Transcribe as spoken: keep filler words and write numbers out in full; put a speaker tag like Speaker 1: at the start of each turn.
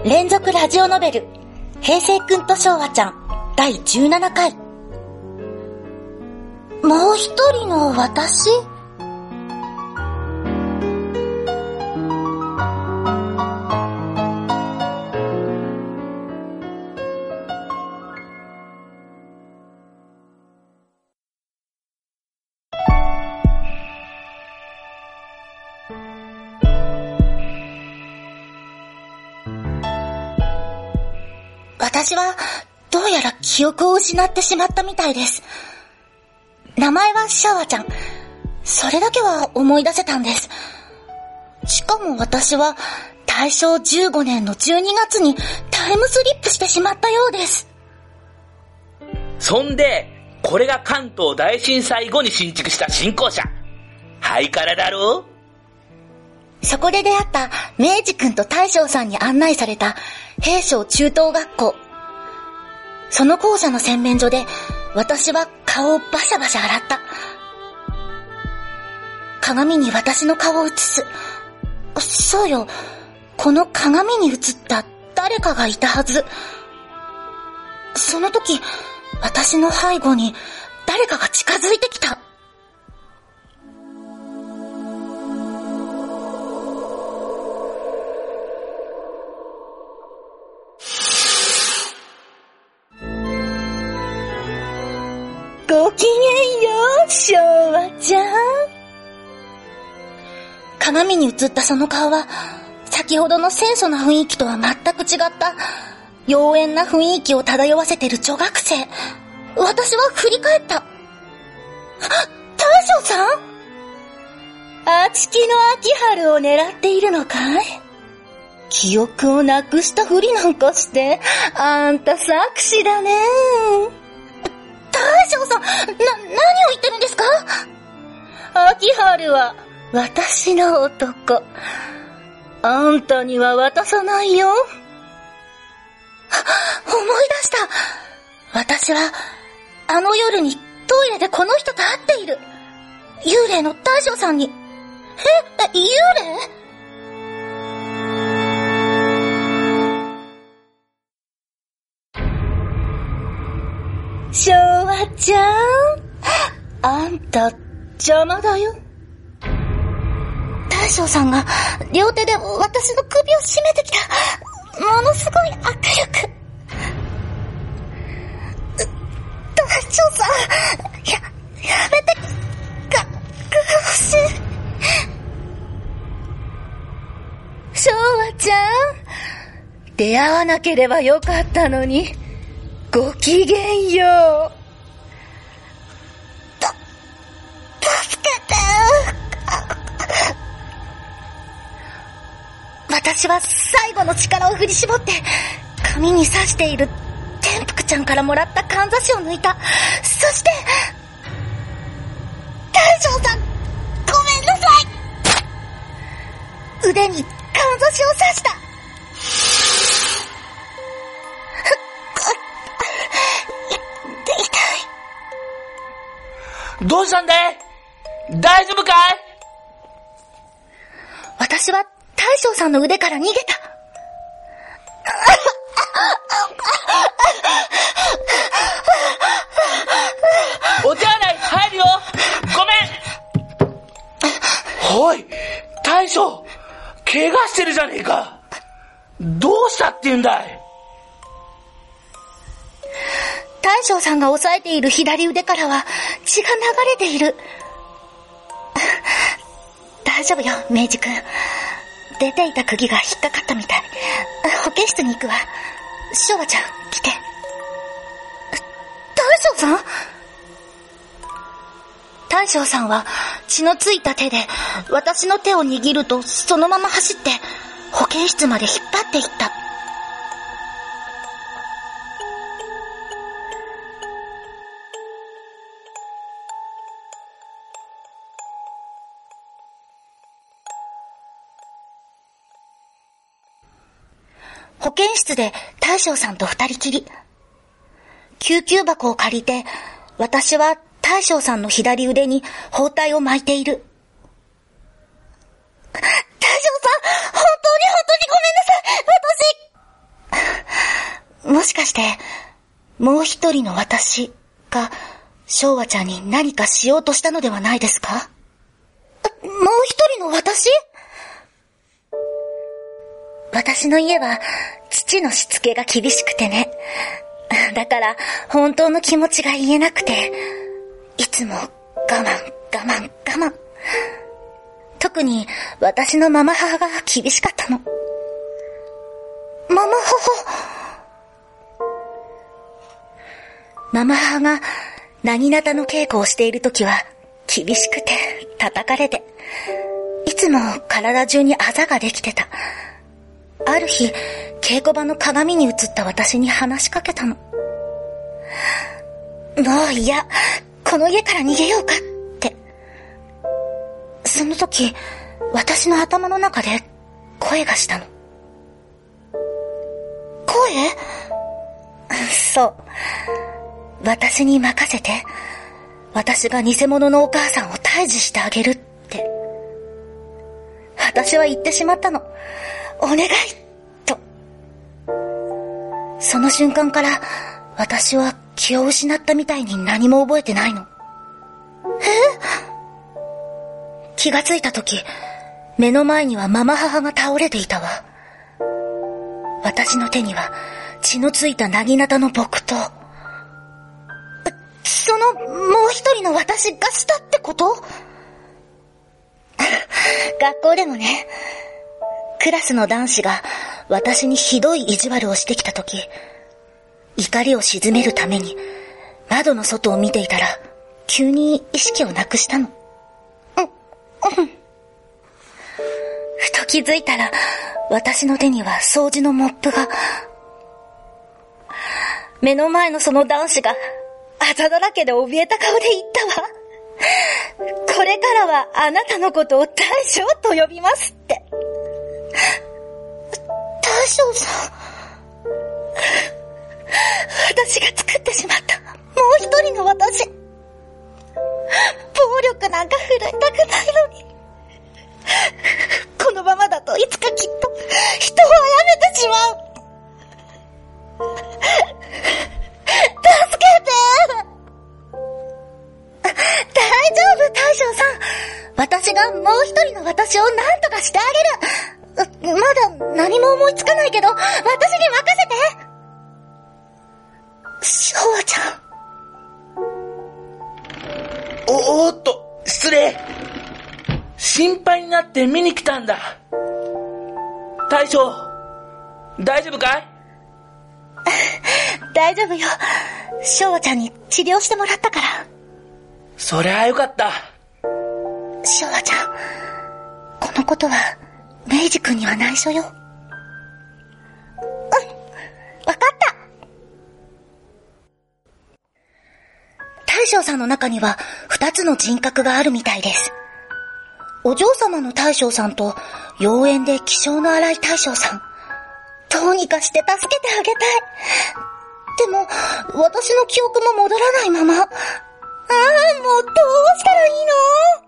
Speaker 1: 連続ラジオノベル平成くんと昭和ちゃんだいじゅうななかい。もう一人の私？私はどうやら記憶を失ってしまったみたいです。名前はシャワちゃん。それだけは思い出せたんです。しかも私は大正じゅうごねんのじゅうにがつにタイムスリップしてしまったようです。
Speaker 2: そんで、これが関東大震災後に新築した新校舎。ハイカラだろう？
Speaker 1: そこで出会った明治くんと大将さんに案内された平正中等学校。その校舎の洗面所で私は顔をバシャバシャ洗った。鏡に私の顔を映す。そうよ、この鏡に映った誰かがいたはず。その時、私の背後に誰かが近づいてきた。ごきげんよう、昭和ちゃん。鏡に映ったその顔は、先ほどの清楚な雰囲気とは全く違った、妖艶な雰囲気を漂わせてる女学生。私は振り返った。大将さん？あちきの秋春を狙っているのかい？記憶をなくしたふりなんかして、あんた作詞だね。大将さん、な、何を言ってるんですか？秋春は私の男。あんたには渡さないよ。思い出した。私はあの夜にトイレでこの人と会っている。幽霊の大将さんに。え、幽霊？昭和ちゃん、あんた邪魔だよ。大将さんが両手で私の首を絞めてきた。ものすごい握力。大将さん、や、やめて、か、苦しい。昭和ちゃん、出会わなければよかったのに。ごきげんよう。た、助けて。私は最後の力を振り絞って髪に刺している天福ちゃんからもらったかんざしを抜いた。そして大将さん、ごめんなさい。腕にかんざしを刺した。
Speaker 2: どうしたんだい？大丈夫かい？
Speaker 1: 私は大将さんの腕から逃げた。
Speaker 2: お手洗い入るよ。ごめん。おい、大将、怪我してるじゃねえか。どうしたって言うんだい？
Speaker 1: 大将さんが押さえている左腕からは血が流れている。大丈夫よ、明治くん。出ていた釘が引っかかったみたい。保健室に行くわ。昭和ちゃん、来て。大将さん？大将さんは血のついた手で私の手を握ると、そのまま走って保健室まで引っ張っていった。保健室で大将さんと二人きり。救急箱を借りて、私は大将さんの左腕に包帯を巻いている。大将さん、本当に本当にごめんなさい。私、 もしかして、もう一人の私が、昭和ちゃんに何かしようとしたのではないですか？もう一人の私？私の家は、父のしつけが厳しくてね。だから、本当の気持ちが言えなくて、いつも我慢、我慢、我慢。特に、私のママ母が厳しかったの。ママ母。ママ母が、なぎなたの稽古をしているときは、厳しくて、叩かれて、いつも体中にあざができてた。ある日、稽古場の鏡に映った私に話しかけたの。もういや、この家から逃げようかって。その時、私の頭の中で声がしたの。声？そう。私に任せて、私が偽物のお母さんを退治してあげるって。私は言ってしまったの。お願いと。その瞬間から私は気を失ったみたいに何も覚えてないの。え？気がついたとき、目の前にはママ母が倒れていたわ。私の手には血のついたなぎなたの木刀。そのもう一人の私がしたってこと？学校でもね、クラスの男子が私にひどい意地悪をしてきたとき、怒りを鎮めるために窓の外を見ていたら急に意識をなくしたの。うん、うん。ふと気づいたら私の手には掃除のモップが。目の前のその男子があざだらけで怯えた顔で言ったわ。これからはあなたのことを大将と呼びますって。大将さん。私が作ってしまったもう一人の私。暴力なんか振るいたくないのに。このままだといつかきっと人を殺めてしまう。助けて。大丈夫、大将さん。私がもう一人の私を何とかしてあげる。まだ何も思いつかないけど、私に任せて。昭和ちゃん。
Speaker 2: お、おーっと、失礼。心配になって見に来たんだ。大将、大丈夫かい？
Speaker 1: 大丈夫よ。昭和ちゃんに治療してもらったから。
Speaker 2: そりゃあよかった。
Speaker 1: 昭和ちゃん、このことはメイジ君には内緒よ。うん、わかった。大将さんの中には二つの人格があるみたいです。お嬢様の大将さんと妖艶で気性の荒い大将さん。どうにかして助けてあげたい。でも私の記憶も戻らないまま。ああ、もうどうしたらいいの？